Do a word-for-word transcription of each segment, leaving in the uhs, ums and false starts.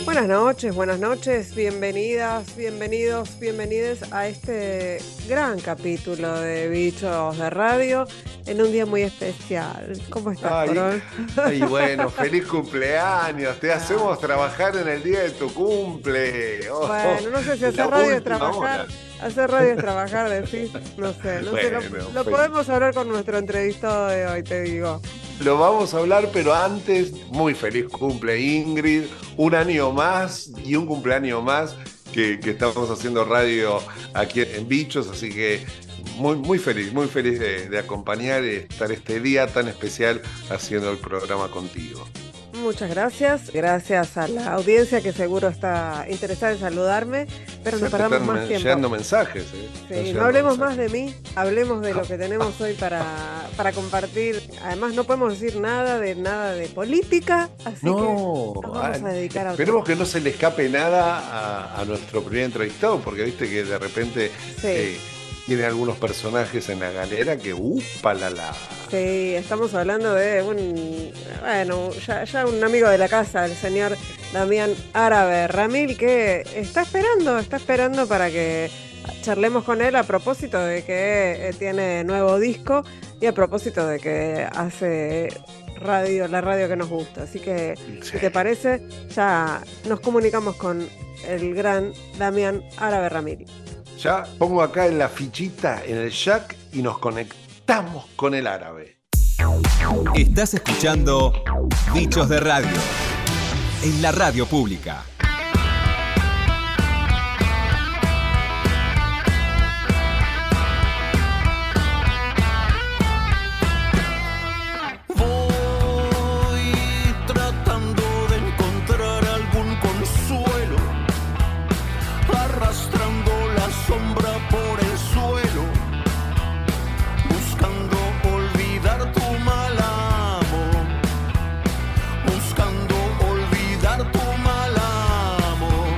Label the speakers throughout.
Speaker 1: Buenas noches, buenas noches, bienvenidas, bienvenidos, bienvenides a este gran capítulo de Bichos de Radio en un día muy especial. ¿Cómo estás,
Speaker 2: Ay,
Speaker 1: Corol?
Speaker 2: ay, bueno, feliz cumpleaños. Te hacemos trabajar en el día de tu cumple. Oh,
Speaker 1: Bueno, no sé si
Speaker 2: en la
Speaker 1: hacer radio es
Speaker 2: última
Speaker 1: trabajar,
Speaker 2: hora.
Speaker 1: hacer radio es trabajar, decís, no sé, no sé, lo,
Speaker 2: Bueno,
Speaker 1: lo
Speaker 2: pues,
Speaker 1: podemos hablar con nuestro entrevistado de hoy, te digo.
Speaker 2: lo vamos a hablar, pero antes, muy feliz cumple, Ingrid. Un año más y un cumpleaños más que, que estamos haciendo radio aquí en Bichos, así que muy, muy feliz, muy feliz de, de acompañar y estar este día tan especial haciendo el programa contigo.
Speaker 1: Muchas gracias, gracias a la audiencia que seguro está interesada en saludarme, pero no
Speaker 2: Ya te
Speaker 1: perdamos
Speaker 2: están
Speaker 1: más
Speaker 2: men-
Speaker 1: tiempo.
Speaker 2: llegando mensajes, ¿eh? Están
Speaker 1: Sí, no
Speaker 2: llegando
Speaker 1: hablemos
Speaker 2: mensajes.
Speaker 1: más de mí, hablemos de lo que tenemos hoy para, para compartir. Además, no podemos decir nada de nada de política, así que
Speaker 2: No,
Speaker 1: nos
Speaker 2: ah,
Speaker 1: vamos a dedicar a otra
Speaker 2: esperemos
Speaker 1: cosa.
Speaker 2: que no se le escape nada a, a nuestro primer entrevistado, porque viste que de repente
Speaker 1: Sí,
Speaker 2: eh, tiene algunos personajes en la galera que upa la la.
Speaker 1: sí, estamos hablando de un, bueno, ya, ya un amigo de la casa, el señor Damián Árabe Ramil, que está esperando, está esperando para que charlemos con él a propósito de que eh, tiene nuevo disco y a propósito de que hace radio, la radio que nos gusta. Así que, si te parece, ya nos comunicamos con el gran Damián Árabe Ramil.
Speaker 2: Ya pongo acá en la fichita, en el jack, y nos conectamos con el árabe.
Speaker 3: Estás escuchando Bichos de Radio en la radio pública.
Speaker 4: Voy tratando de encontrar algún consuelo, arrastrando la sombra por el suelo, buscando olvidar tu mal amor, buscando olvidar tu mal amor.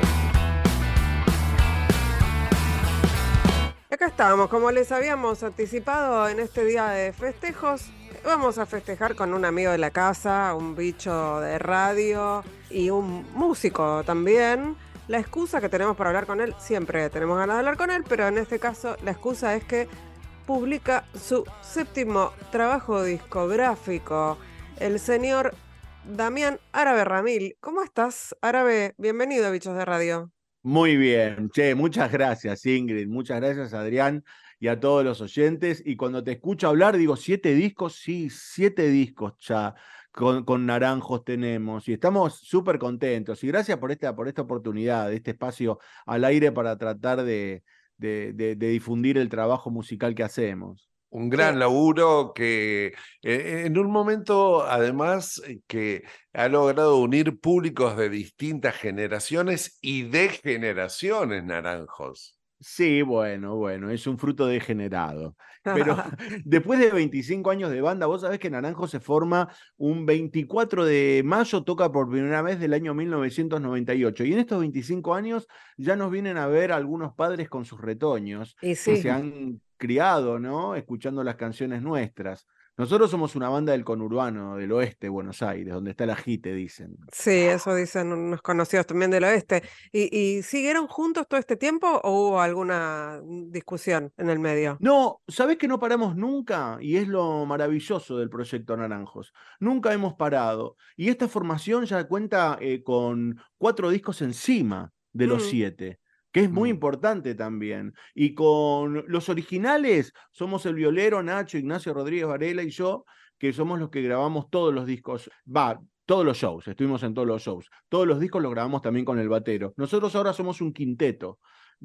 Speaker 1: Acá estamos, como les habíamos anticipado en este día de festejos, vamos a festejar con un amigo de la casa, un bicho de radio y un músico también. La excusa que tenemos para hablar con él, siempre tenemos ganas de hablar con él, pero en este caso la excusa es que publica su séptimo trabajo discográfico, el señor Damián Árabe Ramil. ¿Cómo estás, Árabe? Bienvenido a Bichos de Radio.
Speaker 5: Muy bien, che, muchas gracias Ingrid, muchas gracias Adrián y a todos los oyentes. Y cuando te escucho hablar, digo, siete discos, sí, siete discos ya con, con Naranjos tenemos y estamos súper contentos. Y gracias por esta, por esta oportunidad, este espacio al aire para tratar de, de, de, de difundir el trabajo musical que hacemos.
Speaker 2: Un gran
Speaker 1: Sí.
Speaker 2: laburo que eh, en un momento, además, eh, que ha logrado unir públicos de distintas generaciones y de generaciones, Naranjos.
Speaker 5: Sí, bueno, bueno, es un fruto degenerado. Pero después de veinticinco años de banda, vos sabés que Naranjo se forma un veinticuatro de mayo, toca por primera vez del año mil novecientos noventa y ocho. Y en estos veinticinco años ya nos vienen a ver algunos padres con sus retoños
Speaker 1: Y
Speaker 5: que
Speaker 1: sí.
Speaker 5: se han criado, ¿no? Escuchando las canciones nuestras. Nosotros somos una banda del conurbano, del oeste de Buenos Aires, donde está la Jite, dicen.
Speaker 1: Sí, eso dicen unos conocidos también del oeste. ¿Y, y siguieron juntos todo este tiempo o hubo alguna discusión en el medio?
Speaker 5: No, ¿sabés que no paramos nunca? Y es lo maravilloso del proyecto Naranjos. Nunca hemos parado. Y esta formación ya cuenta eh, con cuatro discos encima de los
Speaker 1: Mm.
Speaker 5: siete, que es muy
Speaker 2: Mm.
Speaker 5: importante también. Y con los originales somos el violero, Nacho, Ignacio Rodríguez Varela y yo, que somos los que grabamos todos los discos. Va, todos los shows, estuvimos en todos los shows. Todos los discos los grabamos también con el batero. Nosotros ahora somos un quinteto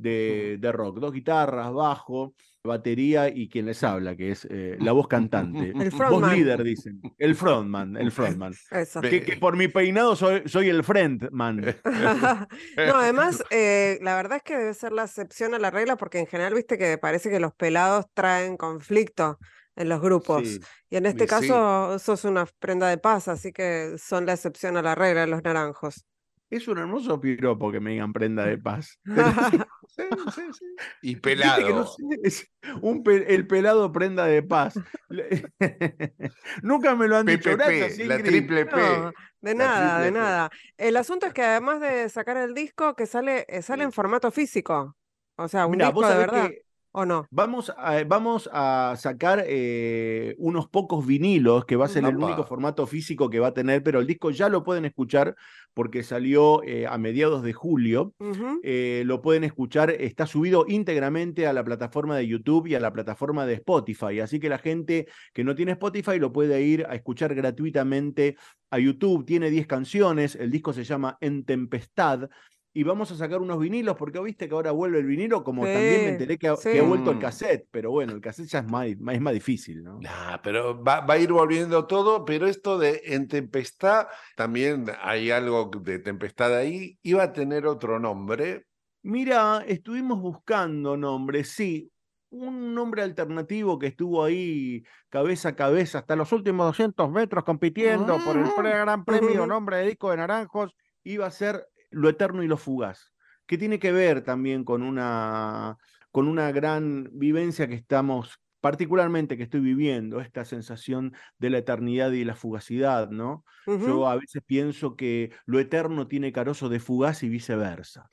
Speaker 5: de, de rock, dos guitarras, bajo, batería y quien les habla, que es eh, la voz cantante.
Speaker 1: El
Speaker 5: Voz
Speaker 1: frontman.
Speaker 5: líder, dicen. El frontman, el frontman.
Speaker 1: Eso.
Speaker 5: Que, que por mi peinado soy, soy el friendman.
Speaker 1: No, además, eh, la verdad es que debe ser la excepción a la regla porque en general, viste que parece que los pelados traen conflicto en los grupos.
Speaker 5: Sí.
Speaker 1: Y en este
Speaker 2: Y sí.
Speaker 1: caso sos una prenda de paz, así que son la excepción a la regla los naranjos.
Speaker 5: Es un hermoso piropo que me digan prenda de paz.
Speaker 2: Sí, sí, sí. Y pelado.
Speaker 5: Que no sé, es un pe- el pelado prenda de paz. Nunca me lo han dicho.
Speaker 2: P P P,
Speaker 5: Gracias,
Speaker 2: la
Speaker 5: Ingrid.
Speaker 2: triple P.
Speaker 1: No, de
Speaker 2: La
Speaker 1: nada, de
Speaker 2: triple P.
Speaker 1: nada. El asunto es que además de sacar el disco, que sale, eh, sale en formato físico. O sea, un
Speaker 5: Mirá,
Speaker 1: disco
Speaker 5: vos
Speaker 1: de
Speaker 5: sabés
Speaker 1: verdad.
Speaker 5: que
Speaker 1: ¿O no?
Speaker 5: Vamos a, vamos a sacar eh, unos pocos vinilos, que va a ser el
Speaker 2: Apa.
Speaker 5: único formato físico que va a tener, pero el disco ya lo pueden escuchar porque salió eh, a mediados de julio.
Speaker 1: Ujú.
Speaker 5: Eh, lo pueden escuchar, está subido íntegramente a la plataforma de YouTube y a la plataforma de Spotify. Así que la gente que no tiene Spotify lo puede ir a escuchar gratuitamente a YouTube. Tiene diez canciones, el disco se llama En Tempestad. Y vamos a sacar unos vinilos, porque viste que ahora vuelve el vinilo, como
Speaker 1: Sí,
Speaker 5: también me enteré que ha,
Speaker 1: sí.
Speaker 5: que ha vuelto el
Speaker 2: Mm.
Speaker 5: cassette, pero bueno, el cassette ya es más, más- es más difícil, ¿no?
Speaker 2: Nah, pero va, va a ir volviendo todo, pero esto de En Tempestad, también hay algo de Tempestad ahí, iba a tener otro nombre.
Speaker 5: Mira, estuvimos buscando nombres, sí, un nombre alternativo que estuvo ahí cabeza a cabeza hasta los últimos doscientos metros compitiendo por el pre- Gran Premio
Speaker 1: Ujú.
Speaker 5: Nombre de Disco de Naranjos, iba a ser Lo Eterno y lo Fugaz, que tiene que ver también con una, con una gran vivencia que estamos, particularmente que estoy viviendo, esta sensación de la eternidad y la fugacidad, ¿no?
Speaker 1: Ujú.
Speaker 5: Yo a veces pienso que lo eterno tiene carozo de fugaz y viceversa.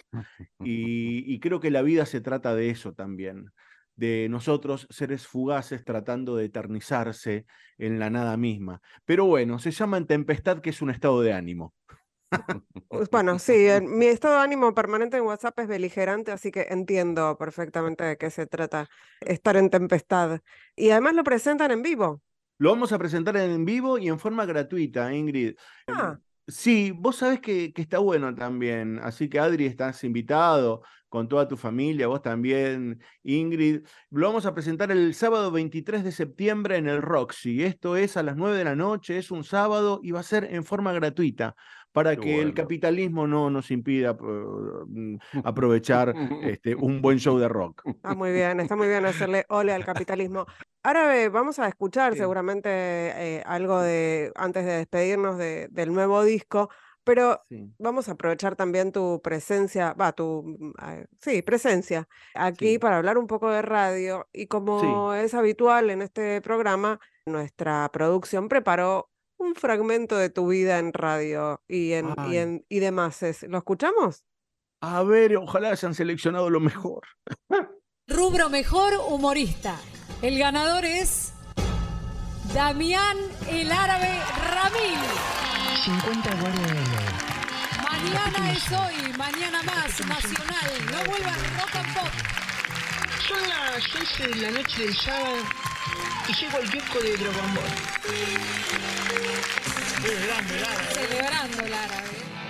Speaker 5: Y, y creo que la vida se trata de eso también, de nosotros, seres fugaces, tratando de eternizarse en la nada misma. Pero bueno, se llama En Tempestad, que es un estado de ánimo.
Speaker 1: Pues bueno, sí, el- mi estado de ánimo permanente en WhatsApp es beligerante, así que entiendo perfectamente de qué se trata estar en tempestad. Y además lo presentan en vivo.
Speaker 5: Lo vamos a presentar en vivo y en forma gratuita, Ingrid.
Speaker 1: Ah,
Speaker 5: Sí, vos sabés que, que está bueno también, así que Adri, estás invitado con toda tu familia, vos también, Ingrid. Lo vamos a presentar el sábado veintitrés de septiembre en el Roxy. Esto es a las nueve de la noche, es un sábado y va a ser en forma gratuita para
Speaker 2: Qué
Speaker 5: que el
Speaker 2: bueno.
Speaker 5: capitalismo no nos impida eh, aprovechar este, un buen show de rock.
Speaker 1: está muy bien, está muy bien hacerle ole al capitalismo. Ahora eh, vamos a escuchar
Speaker 5: Sí.
Speaker 1: seguramente eh, algo de, antes de despedirnos de- del nuevo disco, pero
Speaker 5: Sí.
Speaker 1: vamos a aprovechar también tu presencia, va, tu, mm, ah, sí, presencia aquí
Speaker 5: Sí.
Speaker 1: para hablar un poco de radio. Y como es habitual en este programa, nuestra producción preparó un fragmento de tu vida en radio y, en, y,
Speaker 5: Ay.
Speaker 1: en, y demás. ¿Lo escuchamos?
Speaker 5: A ver, ojalá hayan seleccionado lo mejor.
Speaker 6: Rubro Mejor Humorista. El ganador es Damián el Árabe Ramil.
Speaker 7: cincuenta guardia de ley.
Speaker 6: Mañana es hoy, mañana más, nacional. No vuelvan rock and pop.
Speaker 7: Son las once de la noche del sábado y llego al kiosco de Dragon Ball.
Speaker 6: Celebrando el árabe.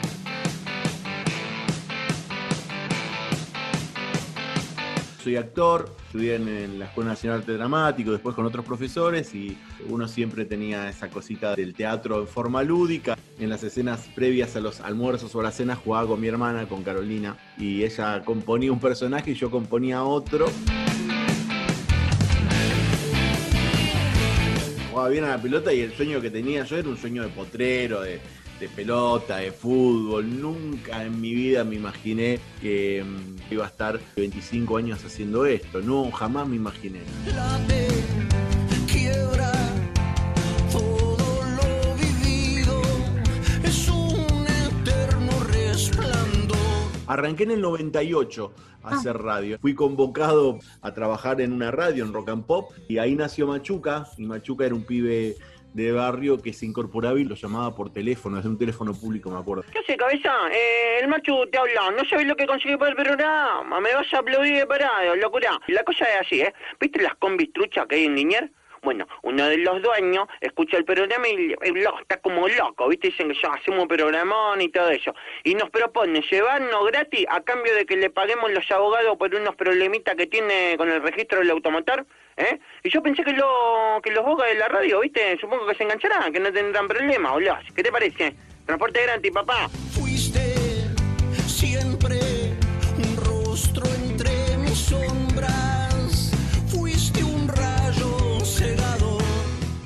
Speaker 5: Soy actor, estudié en, en la Escuela Nacional de Arte Dramático, después con otros profesores, y uno siempre tenía esa cosita del teatro en forma lúdica. En las escenas previas a los almuerzos o a la cena jugaba con mi hermana, con Carolina, y ella componía un personaje y yo componía otro. Jugaba bien a la pelota y el sueño que tenía yo era un sueño de potrero, de, de pelota, de fútbol. Nunca en mi vida me imaginé que um, iba a estar veinticinco años haciendo esto. No, jamás me imaginé.
Speaker 4: Late, quiebra, todo lo vivido es un eterno resplandor.
Speaker 5: Arranqué en el noventa y ocho a hacer radio. Fui convocado a trabajar en una radio, en Rock and Pop, y ahí nació Machuca. Y Machuca era un pibe de barrio que se incorporaba y lo llamaba por teléfono, desde un teléfono público, me acuerdo.
Speaker 8: ¿Qué hace, cabeza? Eh, el macho te habla. No sabés lo que conseguí para el programa. Me vas a aplaudir de parado, locura. La cosa es así, ¿eh? ¿Viste las combis truchas que hay en Liniers? Bueno, uno de los dueños escucha el programa y el loco está como loco, ¿viste? Dicen que ya hacemos programón y todo eso. Y nos propone llevarnos gratis a cambio de que le paguemos los abogados por unos problemitas que tiene con el registro del automotor, ¿eh? Y yo pensé que, lo, que los bogas de la radio, ¿viste? Supongo que se engancharán, que no tendrán problema, boludo. ¿Qué te parece? Transporte gratis, papá.
Speaker 4: Fuiste siempre un rostro entre mis sombras. Fuiste un rayo cegado.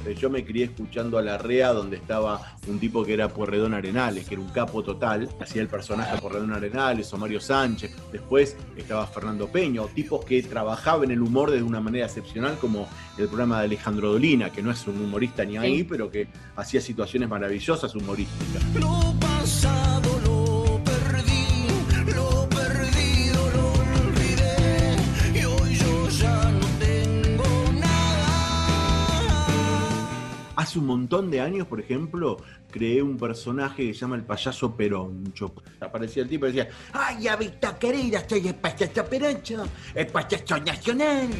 Speaker 5: Yo me crié escuchando a Larrea, donde estaba un tipo que era Pueyrredón Arenales, que era un capo total, hacía el personaje de Pueyrredón Arenales, o Mario Sánchez. Después estaba Fernando Peña, o tipos que trabajaban el humor de una manera excepcional, como el programa de Alejandro Dolina, que no es un humorista ni ahí, sí, pero que hacía situaciones maravillosas humorísticas.
Speaker 4: Lo pasado lo perdí, lo perdido lo olvidé, y hoy yo ya no tengo nada.
Speaker 5: Hace un montón de años, por ejemplo, creé un personaje que se llama el payaso Peroncho. Aparecía el tipo y decía: ¡ay, Avita querida, soy el payaso Peroncho, el payaso nacional!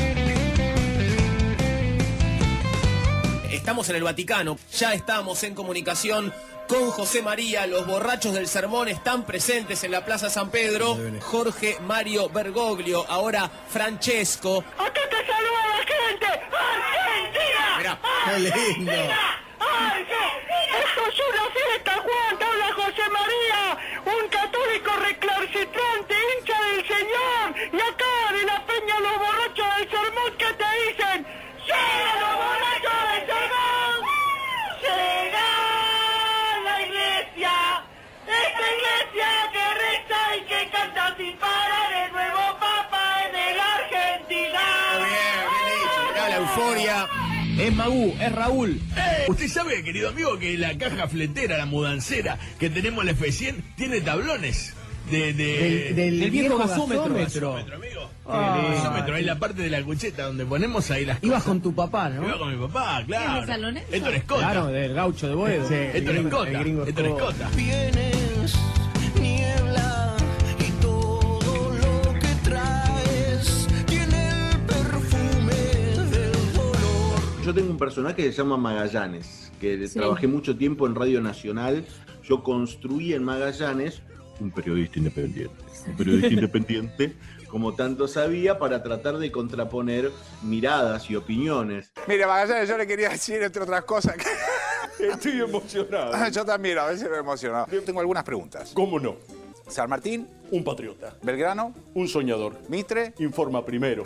Speaker 9: Estamos en el Vaticano, ya estamos en comunicación con José María. Los borrachos del sermón están presentes en la Plaza San Pedro. Jorge Mario Bergoglio, ahora Francesco.
Speaker 10: ¡Acá te saluda la gente! ¡Argentina!
Speaker 9: Mirá.
Speaker 10: ¡Argentina! ¡Argentina! ¡Esto es una fiesta, Juan! ¡Te habla José María! ¡Un católico recalcitrante, hincha del Señor! Y acá de la peña los borrachos del sermón, ¿qué te dicen? ¡Llega los borrachos del sermón! ¡Llega la iglesia! ¡Esta iglesia que reza y que canta sin parar! ¡El nuevo Papa es de la Argentina!
Speaker 9: Muy bien, bien dicho. Acá la euforia. Es Magú, es Raúl.
Speaker 11: ¡Eh! Usted sabe, querido amigo, que la caja fletera, la mudancera que tenemos en la F cien, tiene tablones. De, de,
Speaker 12: del, del, del viejo gasómetro.
Speaker 11: gasómetro, amigo. Ah, el gasómetro, ahí la parte de la cucheta donde ponemos ahí las
Speaker 12: Ibas
Speaker 11: cosas.
Speaker 12: con tu papá, ¿no?
Speaker 11: Iba con mi papá, claro.
Speaker 6: ¿En el
Speaker 11: Esto es Cota.
Speaker 12: Claro, del gaucho de Boedo.
Speaker 11: Sí, esto es Cota. Esto es Cota.
Speaker 4: Vienes, niebla, y todo lo que traes tiene el perfume del dolor.
Speaker 5: Yo tengo un personaje que se llama Magallanes, que
Speaker 6: Sí.
Speaker 5: trabajé mucho tiempo en Radio Nacional. Yo construí en Magallanes un periodista independiente. Un periodista independiente, como tanto sabía, para tratar de contraponer miradas y opiniones.
Speaker 13: Mire, Magallanes, yo le quería decir, entre otras cosas, que
Speaker 11: Estoy emocionado.
Speaker 13: yo también a veces me emociono. Yo tengo algunas preguntas.
Speaker 11: ¿Cómo no?
Speaker 13: San Martín,
Speaker 11: Un patriota,
Speaker 13: Belgrano,
Speaker 11: un soñador.
Speaker 13: Mitre.
Speaker 11: Informa primero.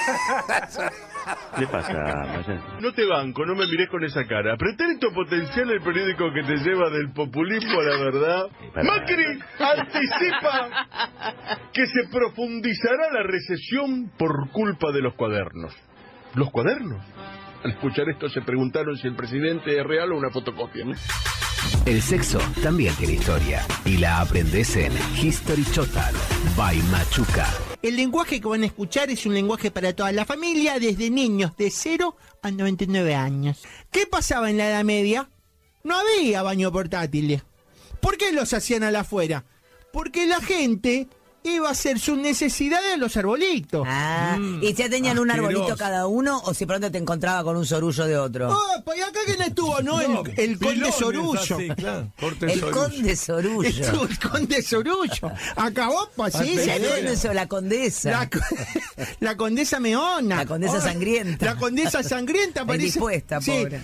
Speaker 14: ¿Qué pasa, Magallanes?
Speaker 11: No te banco, no me mires con esa cara. Pretérito Potencial, el periódico que te lleva del populismo a la verdad.
Speaker 14: Para.
Speaker 11: Macri anticipa que se profundizará la recesión por culpa de los cuadernos. ¿Los cuadernos? Al escuchar esto se preguntaron si el presidente es real o una fotocopia.
Speaker 15: El sexo también tiene historia y la aprendés en History Total by Machuca.
Speaker 16: El lenguaje que van a escuchar es un lenguaje para toda la familia, desde niños de cero a noventa y nueve años. ¿Qué pasaba en la Edad Media? No había baño portátil. ¿Por qué los hacían a la afuera? Porque la gente iba a hacer sus necesidades a los arbolitos.
Speaker 17: Ah, mm, ¿y ya tenían un arbolito cada uno o si pronto te encontraba con un sorullo de otro?
Speaker 16: Oh, pues acá quién estuvo, ¿no? El, el conde Sorullo.
Speaker 17: Así, claro. El conde Sorullo.
Speaker 16: Estuvo el conde Sorullo. Acabó, pues sí.
Speaker 17: Se la condesa.
Speaker 16: La, la condesa Meona.
Speaker 17: La condesa
Speaker 16: oh,
Speaker 17: sangrienta.
Speaker 16: La condesa sangrienta parece.
Speaker 17: Indispuesta,
Speaker 16: sí.
Speaker 17: pobre.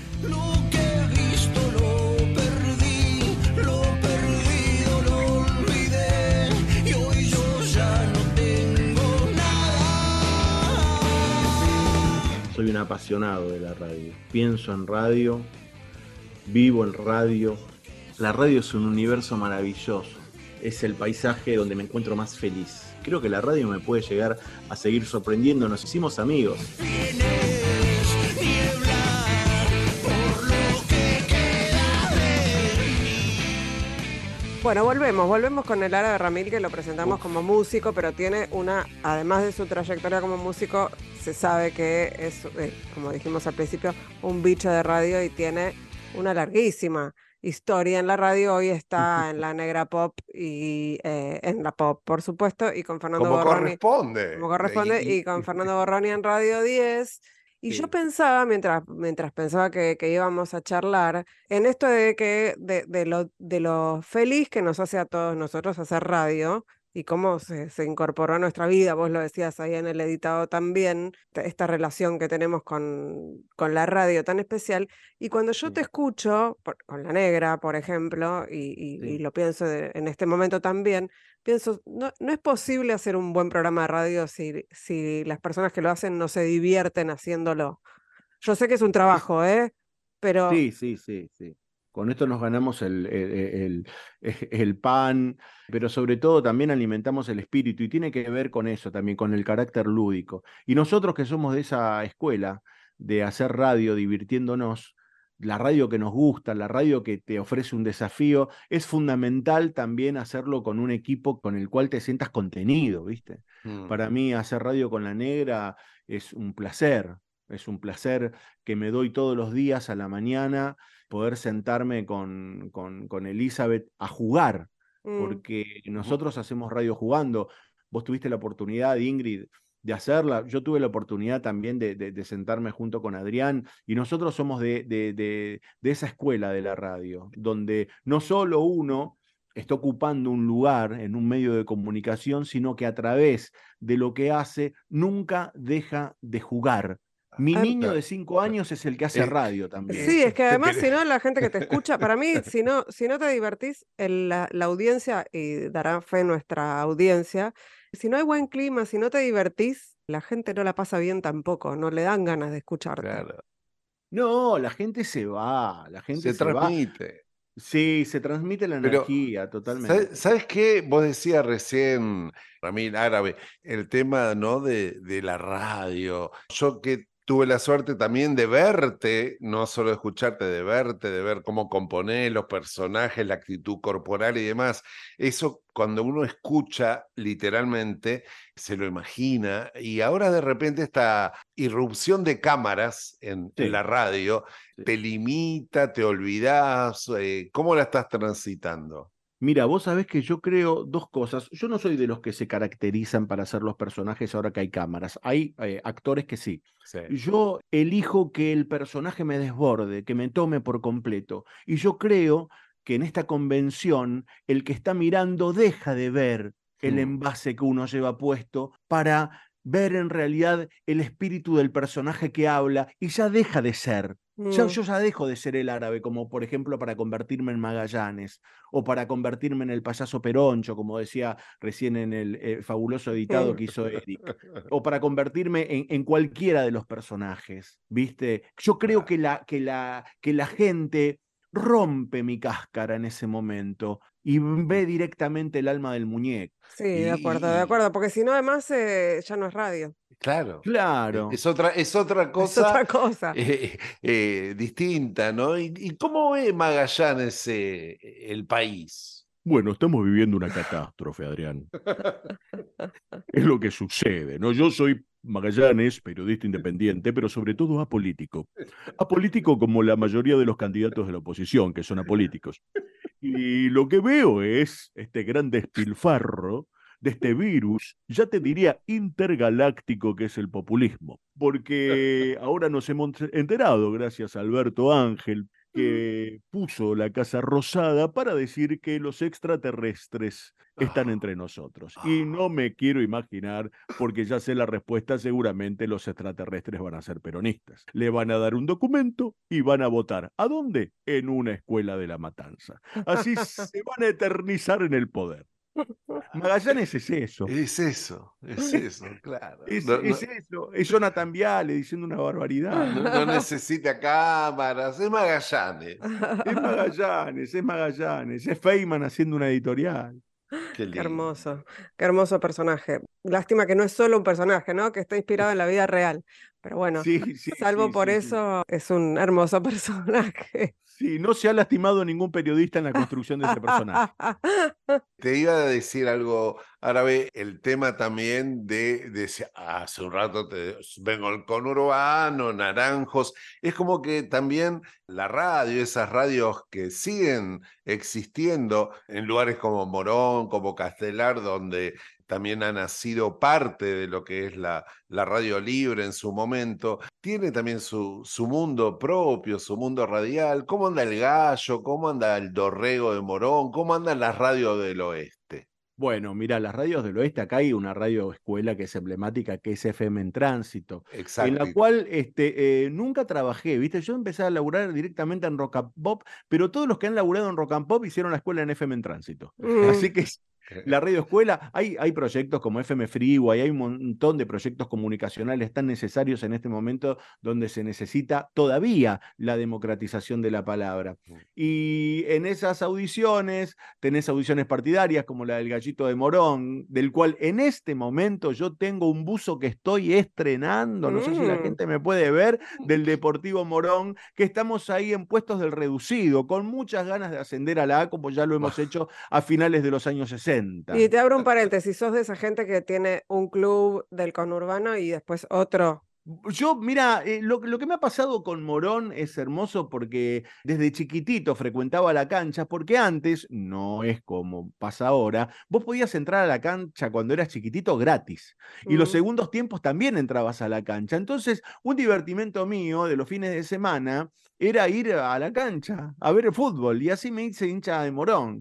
Speaker 5: Soy un apasionado de la radio. Pienso en radio, vivo en radio. La radio es un universo maravilloso. Es el paisaje donde me encuentro más feliz. Creo que la radio me puede llegar a seguir sorprendiendo. Nos hicimos amigos.
Speaker 1: Bueno, volvemos, volvemos con el Árabe Ramil, que lo presentamos como músico, pero tiene una, además de su trayectoria como músico, se sabe que es, eh, como dijimos al principio, un bicho de radio y tiene una larguísima historia en la radio. Hoy está en la negra pop y eh, en la pop, por supuesto, y con Fernando
Speaker 2: Como
Speaker 1: Borroni.
Speaker 2: corresponde.
Speaker 1: Como corresponde, y, y con Fernando Borroni en Radio diez. Y sí. Yo pensaba, mientras, mientras pensaba que, que íbamos a charlar, en esto de que de, de, lo, de lo feliz que nos hace a todos nosotros hacer radio y cómo se, se incorporó a nuestra vida, vos lo decías ahí en el editado también, esta relación que tenemos con, con la radio tan especial. Y cuando yo te escucho, por, con La Negra, por ejemplo, y, y, sí. y lo pienso de, en este momento también, pienso, no, no es posible hacer un buen programa de radio si, si las personas que lo hacen no se divierten haciéndolo. Yo sé que es un trabajo, ¿eh? Pero
Speaker 5: Sí, sí, sí, sí. Con esto nos ganamos el, el, el- el pan, pero sobre todo también alimentamos el espíritu y tiene que ver con eso también, con el carácter lúdico. Y nosotros que somos de esa escuela de hacer radio divirtiéndonos, la radio que nos gusta, la radio que te ofrece un desafío, es fundamental también hacerlo con un equipo con el cual te sientas contenido, ¿viste?
Speaker 2: Mm.
Speaker 5: Para mí hacer radio con La Negra es un placer, es un placer que me doy todos los días a la mañana, poder sentarme con, con, con Elizabeth a jugar,
Speaker 1: mm,
Speaker 5: porque nosotros hacemos radio jugando. Vos tuviste la oportunidad, Ingrid, de hacerla. Yo tuve la oportunidad también de, de- de sentarme junto con Adrián, y nosotros somos de, de- de- de esa escuela de la radio, donde no solo uno está ocupando un lugar en un medio de comunicación, sino que a través de lo que hace nunca deja de jugar. Mi
Speaker 1: Ah,
Speaker 5: niño de cinco años es el que hace
Speaker 2: Eh,
Speaker 5: radio también.
Speaker 1: sí, es que además,
Speaker 2: querés-
Speaker 1: si no, la gente que te escucha, para mí, si no, si no te divertís, el- la, la audiencia, y dará fe nuestra audiencia, si no hay buen clima, si no te divertís, la gente no la pasa bien tampoco, no le dan ganas de escucharte.
Speaker 2: Claro.
Speaker 5: No, la gente se va, la gente
Speaker 2: Se
Speaker 5: se, va.
Speaker 2: transmite.
Speaker 5: Sí, se transmite la
Speaker 2: Pero,
Speaker 5: energía totalmente.
Speaker 2: ¿sabes, sabes qué? Vos decías recién, Ramín Árabe, el tema, ¿no? de, de la radio. Yo que tuve la suerte también de verte, no solo de escucharte, de verte, de ver cómo componés los personajes, la actitud corporal y demás. Eso cuando uno escucha literalmente, se lo imagina. Y ahora de repente esta irrupción de cámaras en,
Speaker 5: Sí.
Speaker 2: en la radio te limita, te olvidás. eh, ¿Cómo la estás transitando?
Speaker 5: Mira, vos sabés que yo creo dos cosas. Yo no soy de los que se caracterizan para hacer los personajes ahora que hay cámaras. Hay eh, actores que sí.
Speaker 2: Sí.
Speaker 5: Yo elijo que el personaje me desborde, que me tome por completo. Y yo creo que en esta convención el que está mirando deja de ver el
Speaker 2: Hmm.
Speaker 5: envase que uno lleva puesto para ver en realidad el espíritu del personaje que habla, y ya deja de ser. Ya-
Speaker 1: Mm.
Speaker 5: yo ya dejo de ser el árabe, como por ejemplo para convertirme en Magallanes, o para convertirme en el payaso Peroncho, como decía recién en el eh, fabuloso editado que hizo Eric, o para convertirme en, en cualquiera de los personajes, ¿viste? Yo creo que la, que la, que la gente rompe mi cáscara en ese momento y ve directamente el alma del muñeco.
Speaker 1: Sí, de
Speaker 2: Y-
Speaker 1: acuerdo,
Speaker 2: y-
Speaker 1: de acuerdo, porque si no, además, eh, ya no es radio.
Speaker 2: Claro.
Speaker 5: Claro.
Speaker 2: Es otra, es otra
Speaker 1: Es
Speaker 2: cosa,
Speaker 1: otra cosa.
Speaker 2: eh, eh, distinta, ¿no? ¿Y, y cómo ve Magallanes eh, el país?
Speaker 11: Bueno, estamos viviendo una catástrofe, Adrián. Es lo que sucede, ¿no? Yo soy Magallanes, periodista independiente, pero sobre todo apolítico. Apolítico como la mayoría de los candidatos de la oposición, que son apolíticos. Y lo que veo es este gran despilfarro de este virus, ya te diría intergaláctico, que es el populismo. Porque ahora nos hemos enterado, gracias a Alberto Ángel, que puso la Casa Rosada para decir que los extraterrestres están entre nosotros. Y no me quiero imaginar, porque ya sé la respuesta, seguramente los extraterrestres van a ser peronistas. Le van a dar un documento y van a votar. ¿A dónde? En una escuela de la matanza. Así se van a eternizar en el poder. Magallanes es eso.
Speaker 2: Es eso, es eso, claro.
Speaker 5: Es,
Speaker 2: No, no-
Speaker 5: es eso. Es Jonathan Viale diciendo una barbaridad.
Speaker 2: no- no necesita cámaras, es Magallanes.
Speaker 5: Es Magallanes, es Magallanes. Es Feynman haciendo una editorial.
Speaker 2: Qué
Speaker 1: Qué
Speaker 2: lindo.
Speaker 1: hermoso, qué hermoso personaje. Lástima que no es solo un personaje, ¿no? Que está inspirado en la vida real. Pero bueno,
Speaker 5: Sí, sí,
Speaker 1: salvo
Speaker 5: sí,
Speaker 1: por
Speaker 5: sí, sí.
Speaker 1: eso, es un hermoso personaje.
Speaker 5: Sí, no se ha lastimado ningún periodista en la construcción de ese personaje.
Speaker 2: Te iba a decir algo, Árabe, el tema también de, de ese- hace un rato te, vengo el conurbano, Naranjos, es como que también la radio, esas radios que siguen existiendo en lugares como Morón, como Castelar, donde también ha nacido parte de lo que es la, la radio libre en su momento, tiene también su, su mundo propio, su mundo radial. ¿Cómo anda el Gallo? ¿Cómo anda el Dorrego de Morón? ¿Cómo andan las radios del oeste?
Speaker 5: Bueno, mira, las radios del oeste, acá hay una radio escuela que es emblemática, que es F M en Tránsito, en la
Speaker 2: Exacto.
Speaker 5: cual este, eh, nunca trabajé, ¿viste? Yo empecé a laburar directamente en Rock and Pop, pero todos los que han laburado en Rock and Pop hicieron la escuela en F M en Tránsito.
Speaker 1: Mm.
Speaker 5: Así que la radio escuela. Hay, hay proyectos como F M Freeway, hay un montón de proyectos comunicacionales tan necesarios en este momento donde se necesita todavía la democratización de la palabra. Y en esas audiciones, tenés audiciones partidarias como la del Gallito de Morón, del cual en este momento yo tengo un buzo que estoy estrenando, no mm. sé si la gente me puede ver, del Deportivo Morón, que estamos ahí en puestos del reducido, con muchas ganas de ascender a la A, como ya lo hemos hecho a finales de los años sesenta.
Speaker 1: Y te abro un paréntesis, sos de esa gente que tiene un club del conurbano y después otro.
Speaker 5: Yo, mira, eh, lo, lo que me ha pasado con Morón es hermoso porque desde chiquitito frecuentaba la cancha, porque antes, no es como pasa ahora, vos podías entrar a la cancha cuando eras chiquitito gratis, y mm. los segundos tiempos también entrabas a la cancha. Entonces, un divertimento mío de los fines de semana era ir a la cancha a ver el fútbol, y así me hice hincha de Morón.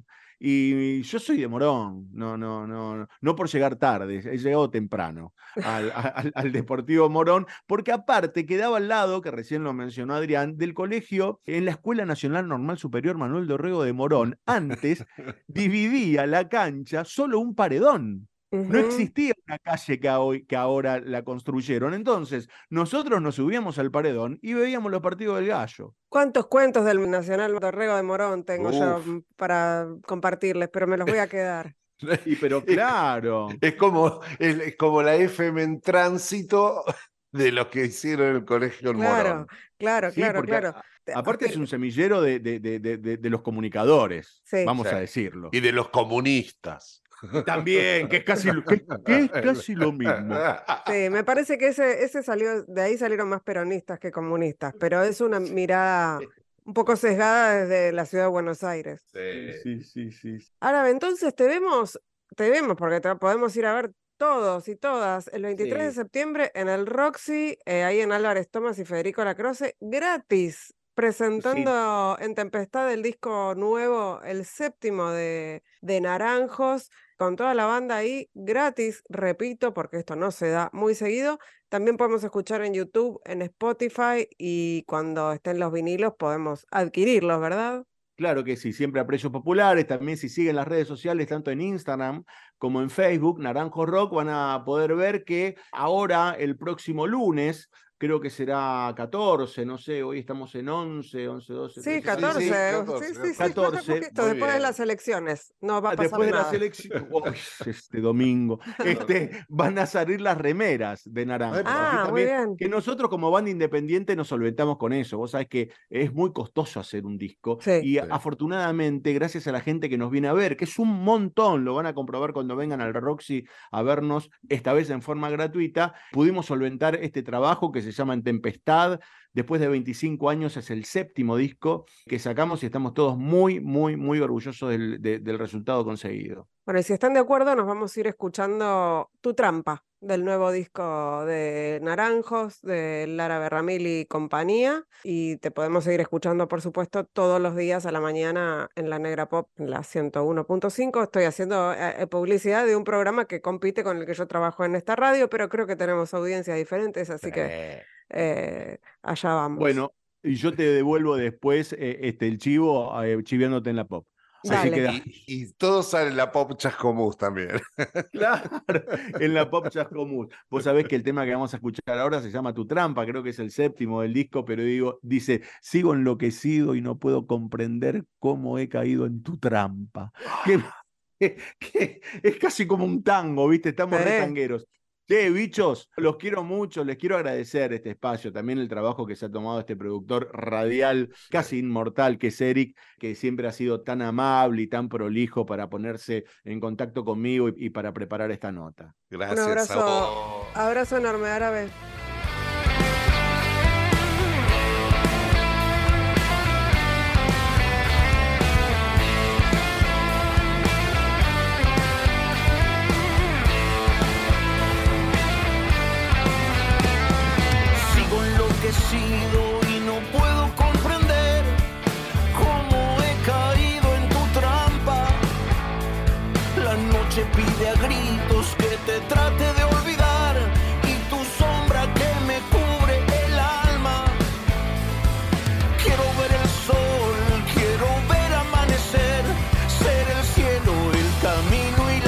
Speaker 5: Y yo soy de Morón, no, no, no, no por llegar tarde, he llegado temprano al, al, al Deportivo Morón, porque aparte quedaba al lado, que recién lo mencionó Adrián, del colegio en la Escuela Nacional Normal Superior Manuel Dorrego de Morón. Antes dividía la cancha solo un paredón. No existía una calle que, hoy, que ahora la construyeron. Entonces, nosotros nos subíamos al paredón y veíamos los partidos del Gallo.
Speaker 1: ¿Cuántos cuentos del Nacional Dorrego de Morón tengo Uf. yo para compartirles? Pero me los voy a quedar.
Speaker 5: Y pero claro.
Speaker 2: Es como, es, es como la F M en tránsito de los que hicieron el colegio en
Speaker 1: claro,
Speaker 2: Morón.
Speaker 1: Claro,
Speaker 5: sí,
Speaker 1: claro, claro.
Speaker 5: A, aparte es un semillero de, de, de, de, de los comunicadores, sí. vamos sí. a decirlo.
Speaker 2: Y de los comunistas.
Speaker 5: También, que es casi, que, que es casi lo mismo.
Speaker 1: Sí, me parece que ese, ese salió, de ahí salieron más peronistas que comunistas, pero es una mirada un poco sesgada desde la ciudad de Buenos Aires.
Speaker 5: Sí, sí, sí. sí.
Speaker 1: Ahora, entonces te vemos, te vemos porque te podemos ir a ver todos y todas el veintitrés sí. de septiembre en el Roxy, eh, ahí en Álvarez Thomas y Federico Lacroce, gratis. Presentando sí. en Tempestad el disco nuevo, el séptimo de, de Naranjos, con toda la banda ahí, gratis, repito, porque esto no se da muy seguido. También podemos escuchar en YouTube, en Spotify, y cuando estén los vinilos podemos adquirirlos, ¿verdad?
Speaker 5: Claro que sí, siempre a precios populares. También si siguen las redes sociales, tanto en Instagram como en Facebook, Naranjo Rock, van a poder ver que ahora, el próximo lunes, creo que será catorce, no sé, hoy estamos en once, once, doce.
Speaker 1: Sí, catorce, sí, sí, catorce, sí, sí, sí, catorce. Poquito, después de las elecciones, no va a pasar
Speaker 5: Después
Speaker 1: nada.
Speaker 5: de las elecciones, oh, este domingo, este, van a salir las remeras de Naranjo.
Speaker 1: Ah,
Speaker 5: también,
Speaker 1: muy bien.
Speaker 5: Que nosotros como banda independiente nos solventamos con eso. Vos sabés que es muy costoso hacer un disco,
Speaker 1: sí,
Speaker 5: y
Speaker 1: sí.
Speaker 5: afortunadamente, gracias a la gente que nos viene a ver, que es un montón, lo van a comprobar cuando vengan al Roxy a vernos, esta vez en forma gratuita, pudimos solventar este trabajo que se llama En Tempestad. Después de veinticinco años es el séptimo disco que sacamos y estamos todos muy, muy, muy orgullosos del, de, del resultado conseguido.
Speaker 1: Bueno, y si están de acuerdo, nos vamos a ir escuchando Tu Trampa, del nuevo disco de Naranjos, de Lara Berramil y compañía, y te podemos seguir escuchando, por supuesto, todos los días a la mañana en La Negra Pop, la ciento uno punto cinco. Estoy haciendo eh, publicidad de un programa que compite con el que yo trabajo en esta radio, pero creo que tenemos audiencias diferentes, así que eh, allá vamos.
Speaker 5: Bueno, y yo te devuelvo después eh, este, el chivo eh, chiviándote en la pop.
Speaker 2: Así que, y, y todo sale en la Pop Chascomús también.
Speaker 5: Claro, en la Pop Chascomús. Vos sabés que el tema que vamos a escuchar ahora se llama Tu Trampa, creo que es el séptimo del disco, pero digo, dice, sigo enloquecido y no puedo comprender cómo he caído en tu trampa. Que, que, que es casi como un tango, ¿viste? Estamos re tangueros. Sí, bichos, los quiero mucho, les quiero agradecer este espacio, también el trabajo que se ha tomado este productor radial casi inmortal que es Eric, que siempre ha sido tan amable y tan prolijo para ponerse en contacto conmigo y, y para preparar esta nota.
Speaker 2: Gracias.
Speaker 1: Un abrazo, abrazo enorme, Árabe.
Speaker 4: Y no puedo comprender cómo he caído en tu trampa. La noche pide a gritos que te trate de olvidar y tu sombra que me cubre el alma. Quiero ver el sol, quiero ver amanecer, ser el cielo, el camino y la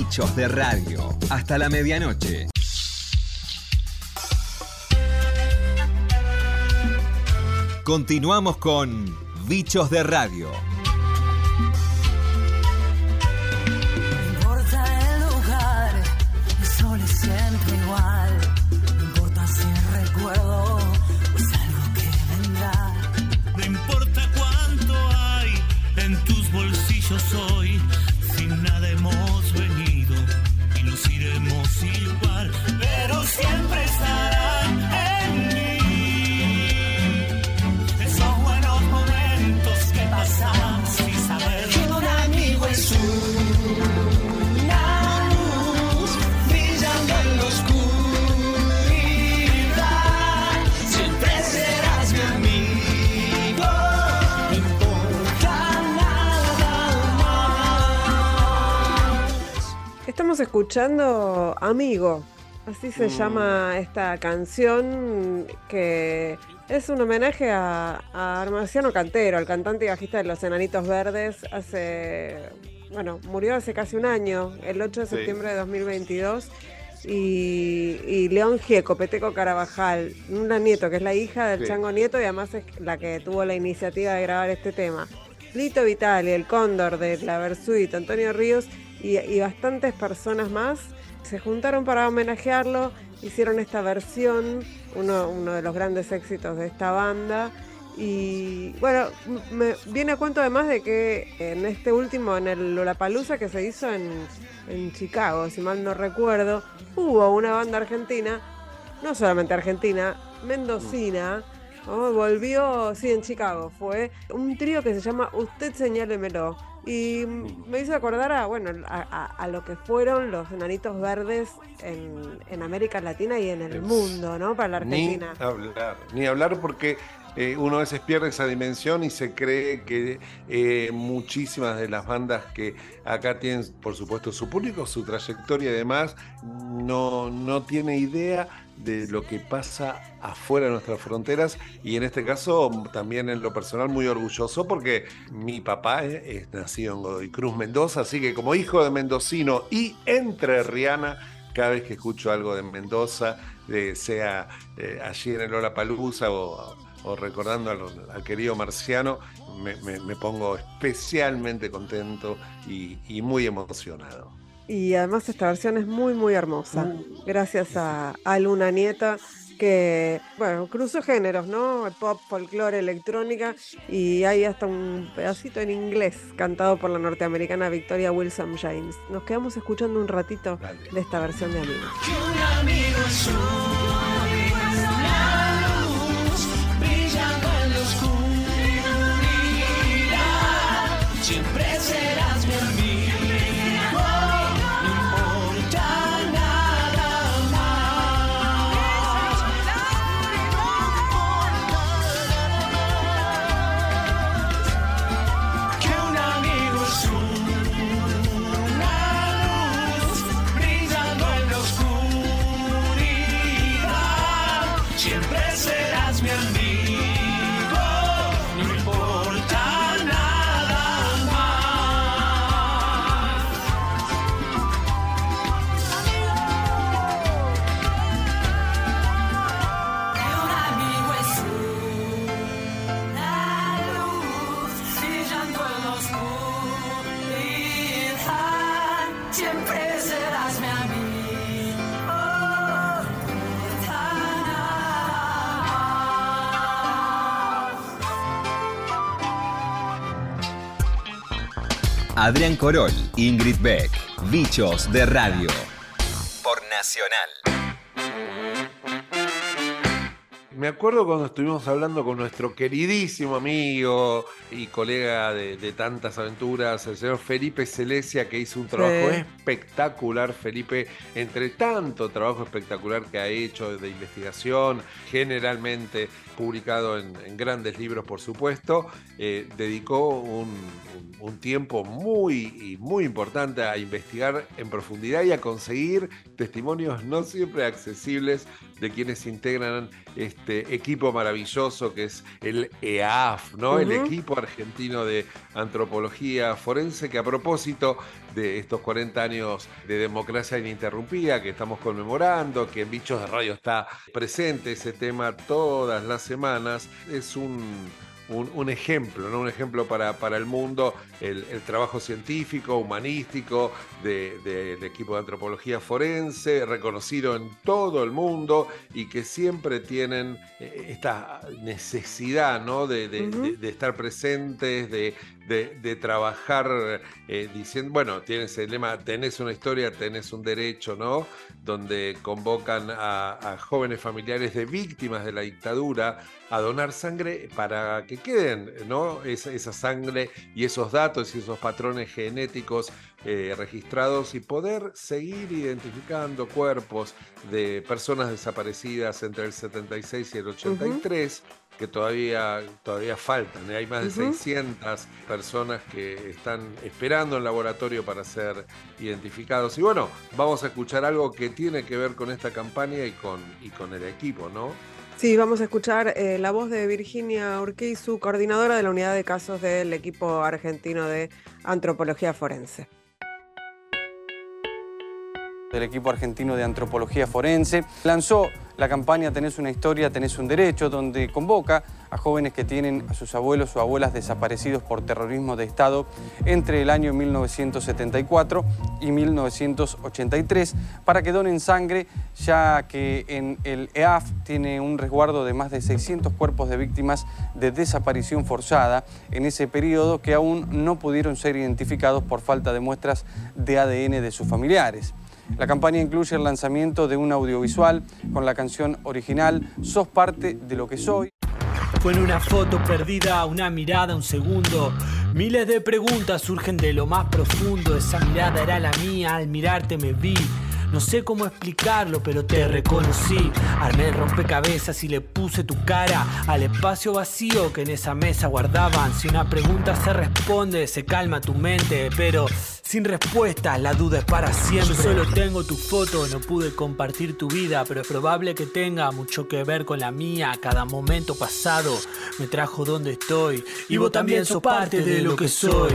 Speaker 3: Bichos de Radio. Hasta la medianoche. Continuamos con Bichos de Radio.
Speaker 14: No importa el lugar, el sol es siempre igual. No importa si recuerdo o es algo que vendrá.
Speaker 18: No importa cuánto hay en tus bolsillos hoy, sin nada hemos venido y nos iremos igual, pero siempre estarán en mí esos buenos momentos que pasamos sin saber que un amigo es una luz brillando en la oscuridad. Siempre serás mi amigo, no importa nada más.
Speaker 1: Estamos escuchando Amigo, así se mm. llama esta canción, que es un homenaje a, a Marciano Cantero, el cantante y bajista de Los Enanitos Verdes. Hace, bueno, murió hace casi un año, el ocho de septiembre sí. de dos mil veintidós. Y, y León Gieco, Peteco Carabajal, una Nieto, que es la hija del sí. Chango Nieto y además es la que tuvo la iniciativa de grabar este tema. Lito Vitali, el Cóndor de la Versuit, Antonio Ríos y, y bastantes personas más se juntaron para homenajearlo, hicieron esta versión, uno, uno de los grandes éxitos de esta banda. Y bueno, me viene a cuento además de que en este último, en el Lollapalooza que se hizo en, en Chicago, si mal no recuerdo, hubo una banda argentina, no solamente argentina, mendocina, ¿no? Volvió, sí, en Chicago, fue un trío que se llama Usted Señálemelo. Y me hizo acordar a, bueno, a, a, a lo que fueron los Enanitos Verdes en, en América Latina y en el mundo, ¿no? Para la Argentina.
Speaker 2: Ni hablar, ni hablar porque eh, uno a veces pierde esa dimensión y se cree que eh, muchísimas de las bandas que acá tienen, por supuesto, su público, su trayectoria y demás, no, no tiene idea de lo que pasa afuera de nuestras fronteras, y en este caso también en lo personal muy orgulloso porque mi papá es, es nacido en Godoy Cruz, Mendoza, así que como hijo de mendocino y entrerriana, cada vez que escucho algo de Mendoza, de, sea eh, allí en el Lollapalooza o, o recordando al, al querido Marciano, me, me, me pongo especialmente contento y, y muy emocionado.
Speaker 1: Y además esta versión es muy, muy hermosa. Gracias a, a Luna Nieta, que, bueno, cruzó géneros, ¿no? Pop, folclore, electrónica, y hay hasta un pedacito en inglés cantado por la norteamericana Victoria Wilson James. Nos quedamos escuchando un ratito de esta versión de Amigo.
Speaker 18: Que un amigo es una luz brillando en la oscuridad. Siempre serás mi amigo.
Speaker 3: Adrián Corol, Ingrid Beck, Bichos de Radio. Por Nacional.
Speaker 2: Me acuerdo cuando estuvimos hablando con nuestro queridísimo amigo y colega de, de tantas aventuras, el señor Felipe Celesia, que hizo un trabajo sí. espectacular. Felipe, entre tanto trabajo espectacular que ha hecho de investigación, generalmente publicado en, en grandes libros, por supuesto, eh, dedicó un, un, un tiempo muy, muy importante a investigar en profundidad y a conseguir testimonios no siempre accesibles de quienes integran este equipo maravilloso que es el E A F, ¿no? Uh-huh. El equipo argentino de antropología forense, que a propósito de estos cuarenta años de democracia ininterrumpida que estamos conmemorando, que en Bichos de Radio está presente ese tema todas las semanas, es un... Un, un ejemplo, ¿no? Un ejemplo para, para el mundo, el, el trabajo científico, humanístico de, de, del equipo de antropología forense, reconocido en todo el mundo y que siempre tienen eh, esta necesidad, ¿no? de, de, uh-huh. de, de estar presentes, de, de, de trabajar eh, diciendo, bueno, tienes el lema, tenés una historia, tenés un derecho, ¿no? Donde convocan a, a jóvenes familiares de víctimas de la dictadura a donar sangre para que queden, ¿no? Esa, esa sangre y esos datos y esos patrones genéticos eh, registrados y poder seguir identificando cuerpos de personas desaparecidas entre el setenta y seis y el ochenta y tres, uh-huh. que todavía, todavía faltan. Hay más de uh-huh. seiscientas personas que están esperando en laboratorio para ser identificados. Y bueno, vamos a escuchar algo que tiene que ver con esta campaña y con, y con el equipo, ¿no?
Speaker 1: Sí, vamos a escuchar eh, la voz de Virginia Urquizu, coordinadora de la unidad de casos del equipo argentino de antropología forense.
Speaker 19: Del equipo argentino de antropología forense lanzó la campaña Tenés una historia, tenés un derecho, donde convoca a jóvenes que tienen a sus abuelos o abuelas desaparecidos por terrorismo de Estado entre el año mil novecientos setenta y cuatro y mil novecientos ochenta y tres para que donen sangre, ya que en el E A F tiene un resguardo de más de seiscientos cuerpos de víctimas de desaparición forzada en ese periodo que aún no pudieron ser identificados por falta de muestras de A D N de sus familiares. La campaña incluye el lanzamiento de un audiovisual con la canción original Sos parte de lo que soy.
Speaker 20: Fue en una foto perdida, una mirada, un segundo. Miles de preguntas surgen de lo más profundo. Esa mirada era la mía, al mirarte me vi. No sé cómo explicarlo, pero te reconocí. Armé el rompecabezas y le puse tu cara al espacio vacío que en esa mesa guardaban. Si una pregunta se responde, se calma tu mente, pero sin respuesta, la duda es para siempre. Yo solo tengo tu foto, no pude compartir tu vida, pero es probable que tenga mucho que ver con la mía. Cada momento pasado me trajo donde estoy, y vos también sos parte de lo que soy.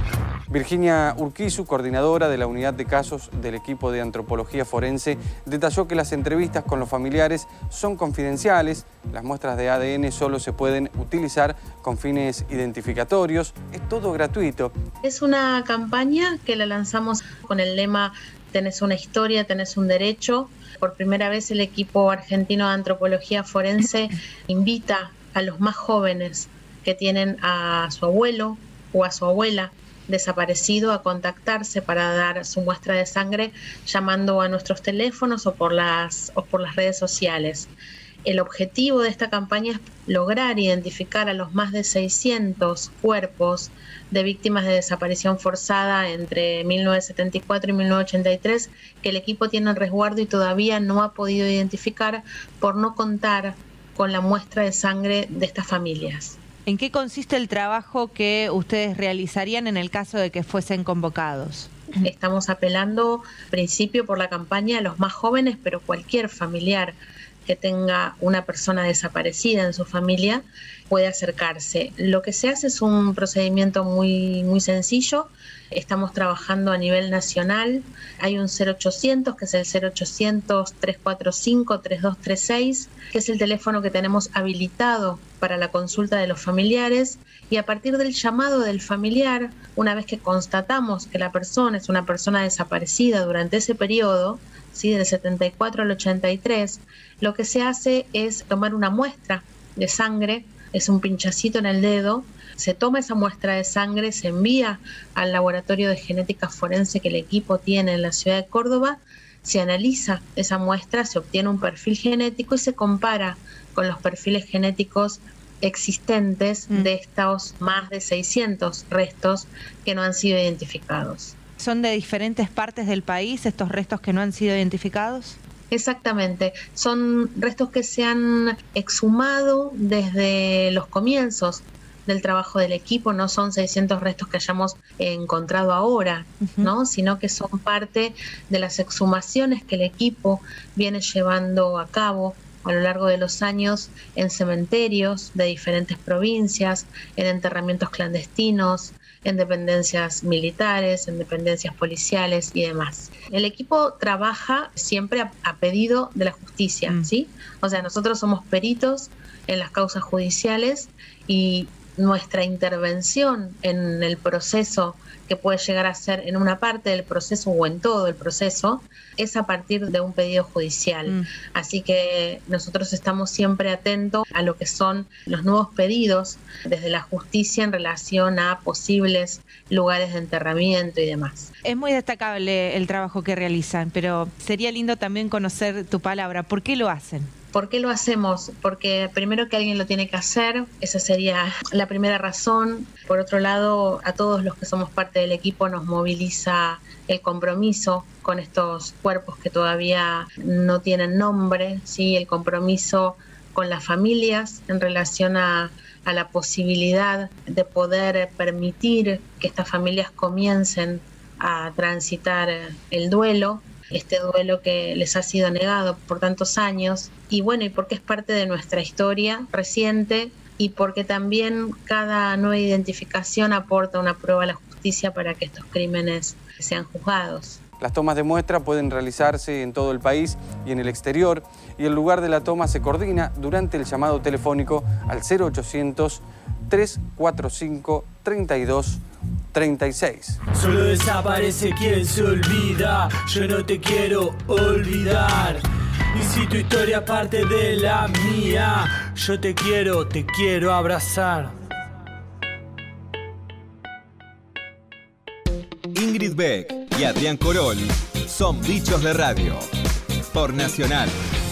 Speaker 19: Virginia Urquizu, coordinadora de la unidad de casos del equipo de antropología forense, detalló que las entrevistas con los familiares son confidenciales, las muestras de A D N solo se pueden utilizar con fines identificatorios, es todo gratuito.
Speaker 21: Es una campaña que la lanzamos con el lema Tenés una historia, tenés un derecho. Por primera vez el equipo argentino de antropología forense invita a los más jóvenes que tienen a su abuelo o a su abuela desaparecido a contactarse para dar su muestra de sangre llamando a nuestros teléfonos o por las, o por las redes sociales. El objetivo de esta campaña es lograr identificar a los más de seiscientos cuerpos de víctimas de desaparición forzada entre mil novecientos setenta y cuatro y mil novecientos ochenta y tres que el equipo tiene en resguardo y todavía no ha podido identificar por no contar con la muestra de sangre de estas familias.
Speaker 22: ¿En qué consiste el trabajo que ustedes realizarían en el caso de que fuesen convocados?
Speaker 21: Estamos apelando, en principio, por la campaña a los más jóvenes, pero cualquier familiar que tenga una persona desaparecida en su familia puede acercarse. Lo que se hace es un procedimiento muy, muy sencillo. Estamos trabajando a nivel nacional. Hay un cero ochocientos, que es el cero ochocientos, tres cuatro cinco, tres dos tres seis, que es el teléfono que tenemos habilitado para la consulta de los familiares. Y a partir del llamado del familiar, una vez que constatamos que la persona es una persona desaparecida durante ese periodo, ¿sí?, del setenta y cuatro al ochenta y tres, lo que se hace es tomar una muestra de sangre, es un pinchacito en el dedo, se toma esa muestra de sangre, se envía al laboratorio de genética forense que el equipo tiene en la ciudad de Córdoba, se analiza esa muestra, se obtiene un perfil genético y se compara con los perfiles genéticos existentes mm. de estos más de seiscientos restos que no han sido identificados.
Speaker 22: ¿Son de diferentes partes del país estos restos que no han sido identificados?
Speaker 21: Exactamente, son restos que se han exhumado desde los comienzos del trabajo del equipo, no son seiscientos restos que hayamos encontrado ahora, uh-huh. ¿no? Sino que son parte de las exhumaciones que el equipo viene llevando a cabo a lo largo de los años en cementerios de diferentes provincias, en enterramientos clandestinos, en dependencias militares, en dependencias policiales y demás. El equipo trabaja siempre a, a pedido de la justicia, mm. ¿sí? O sea, nosotros somos peritos en las causas judiciales y nuestra intervención en el proceso, que puede llegar a ser en una parte del proceso o en todo el proceso, es a partir de un pedido judicial. Mm. Así que nosotros estamos siempre atentos a lo que son los nuevos pedidos desde la justicia en relación a posibles lugares de enterramiento y demás.
Speaker 22: Es muy destacable el trabajo que realizan, pero sería lindo también conocer tu palabra. ¿Por qué lo hacen?
Speaker 21: ¿Por qué lo hacemos? Porque primero que alguien lo tiene que hacer, esa sería la primera razón. Por otro lado, a todos los que somos parte del equipo nos moviliza el compromiso con estos cuerpos que todavía no tienen nombre, ¿sí? El compromiso con las familias en relación a, a la posibilidad de poder permitir que estas familias comiencen a transitar el duelo, este duelo que les ha sido negado por tantos años, y bueno, y porque es parte de nuestra historia reciente y porque también cada nueva identificación aporta una prueba a la justicia para que estos crímenes sean juzgados.
Speaker 19: Las tomas de muestra pueden realizarse en todo el país y en el exterior, y el lugar de la toma se coordina durante el llamado telefónico al cero ochocientos, tres cuatro cinco, treinta y dos treinta y seis.
Speaker 20: Solo desaparece quien se olvida, yo no te quiero olvidar. Y si tu historia parte de la mía, yo te quiero, te quiero abrazar.
Speaker 3: Ingrid Beck y Adrián Corol son Bichos de Radio por Nacional.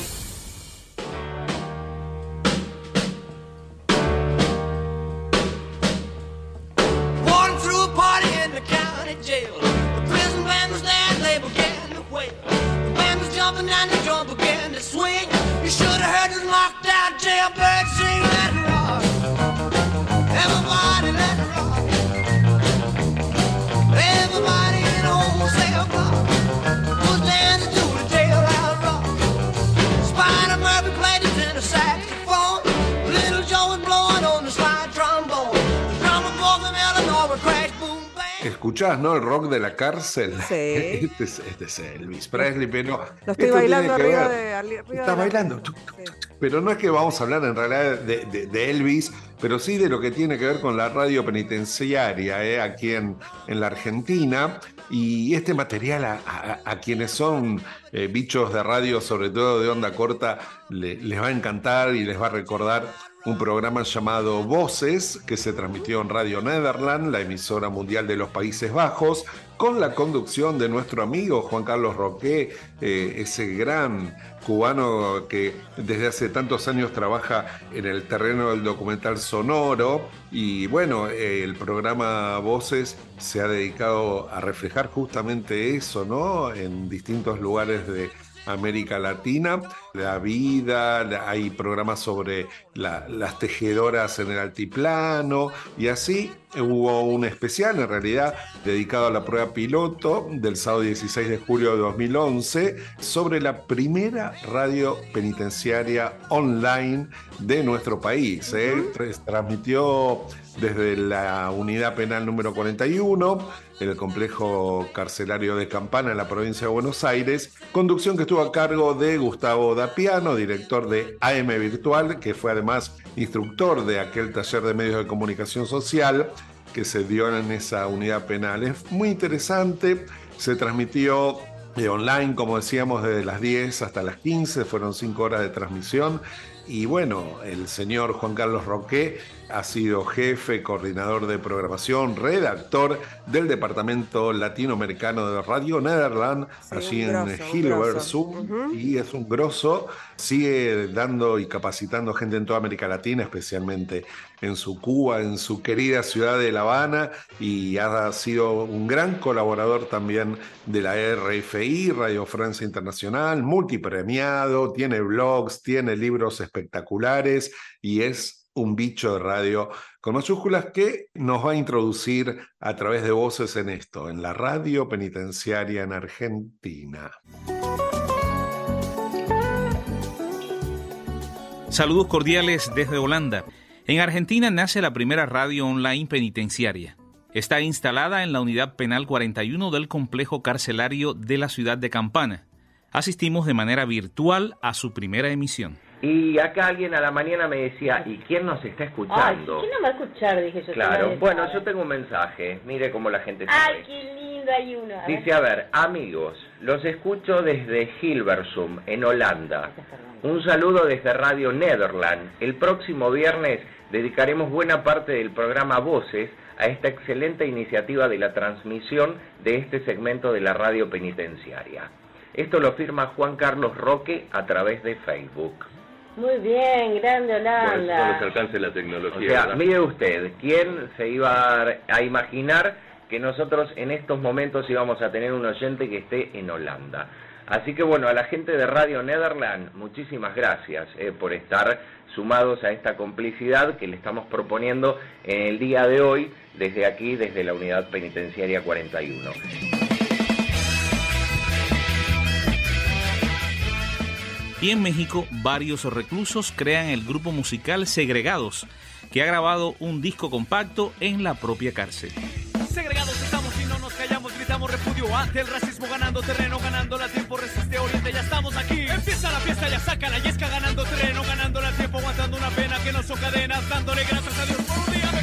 Speaker 2: ¿Escuchás, no? El rock de la cárcel.
Speaker 1: Sí.
Speaker 2: Este es, este es Elvis Presley, pero...
Speaker 1: Lo estoy bailando arriba de... Arriba
Speaker 2: Está bailando. Sí. Pero no es que vamos a hablar en realidad de, de, de Elvis, pero sí de lo que tiene que ver con la radio penitenciaria, ¿eh? Aquí en, en la Argentina. Y este material a, a, a quienes son eh, bichos de radio, sobre todo de onda corta, le, les va a encantar y les va a recordar un programa llamado Voces, que se transmitió en Radio Nederland, la emisora mundial de los Países Bajos, con la conducción de nuestro amigo Juan Carlos Roqué, eh, ese gran cubano que desde hace tantos años trabaja en el terreno del documental sonoro. Y bueno, eh, el programa Voces se ha dedicado a reflejar justamente eso, ¿no? En distintos lugares de América Latina, la vida, hay programas sobre la, las tejedoras en el altiplano, y así hubo un especial en realidad dedicado a la prueba piloto del sábado dieciséis de julio de dos mil once sobre la primera radio penitenciaria online de nuestro país. ¿eh? Transmitió desde la unidad penal número cuarenta y uno, el complejo carcelario de Campana en la provincia de Buenos Aires, conducción que estuvo a cargo de Gustavo Dapiano, director de A M Virtual, que fue además instructor de aquel taller de medios de comunicación social que se dio en esa unidad penal. Es muy interesante, se transmitió eh, online, como decíamos, desde las diez hasta las quince, fueron cinco horas de transmisión. Y bueno, el señor Juan Carlos Roqué ha sido jefe, coordinador de programación, redactor del Departamento Latinoamericano de Radio Nederland, sí, allí en Hilversum, uh-huh. Y es un grosso, sigue dando y capacitando gente en toda América Latina, especialmente en su Cuba, en su querida ciudad de La Habana, y ha sido un gran colaborador también de la R F I, Radio Francia Internacional, multipremiado, tiene blogs, tiene libros espectaculares y es un bicho de radio con mayúsculas que nos va a introducir a través de Voces en esto, en la radio penitenciaria en Argentina.
Speaker 7: Saludos cordiales desde Holanda. En Argentina nace la primera radio online penitenciaria. Está instalada en la unidad penal cuarenta y uno del complejo carcelario de la ciudad de Campana. Asistimos de manera virtual a su primera emisión.
Speaker 8: Y acá alguien a la mañana me decía, ¿y quién nos está escuchando?
Speaker 23: Ay, ¿quién no me va a escuchar? Dije yo.
Speaker 8: Claro, bueno, yo tengo un mensaje. Mire cómo la gente
Speaker 23: Ay,
Speaker 8: sabe.
Speaker 23: qué lindo hay uno. A
Speaker 8: Dice,
Speaker 23: ver.
Speaker 8: a ver, amigos, los escucho desde Hilversum, en Holanda. Un saludo desde Radio Nederland. El próximo viernes dedicaremos buena parte del programa Voces a esta excelente iniciativa de la transmisión de este segmento de la radio penitenciaria. Esto lo firma Juan Carlos Roque a través de Facebook.
Speaker 23: Muy bien, grande Holanda.
Speaker 8: alcance la tecnología. O sea, mire usted, ¿quién se iba a, dar, a imaginar que nosotros en estos momentos íbamos a tener un oyente que esté en Holanda? Así que bueno, a la gente de Radio Nederland, muchísimas gracias eh, por estar sumados a esta complicidad que le estamos proponiendo en el día de hoy, desde aquí, desde la Unidad Penitenciaria cuarenta y uno.
Speaker 7: Y en México, varios reclusos crean el grupo musical Segregados, que ha grabado un disco compacto en la propia cárcel.
Speaker 24: Segregados estamos y no nos callamos, gritamos repudio ante el racismo, ganando terreno, ganando la tiempo, resiste Oriente, ya estamos aquí. Empieza la fiesta, ya saca la yesca, ganando terreno, ganando la tiempo, aguantando una pena que nos son cadenas, dándole gracias a Dios por un día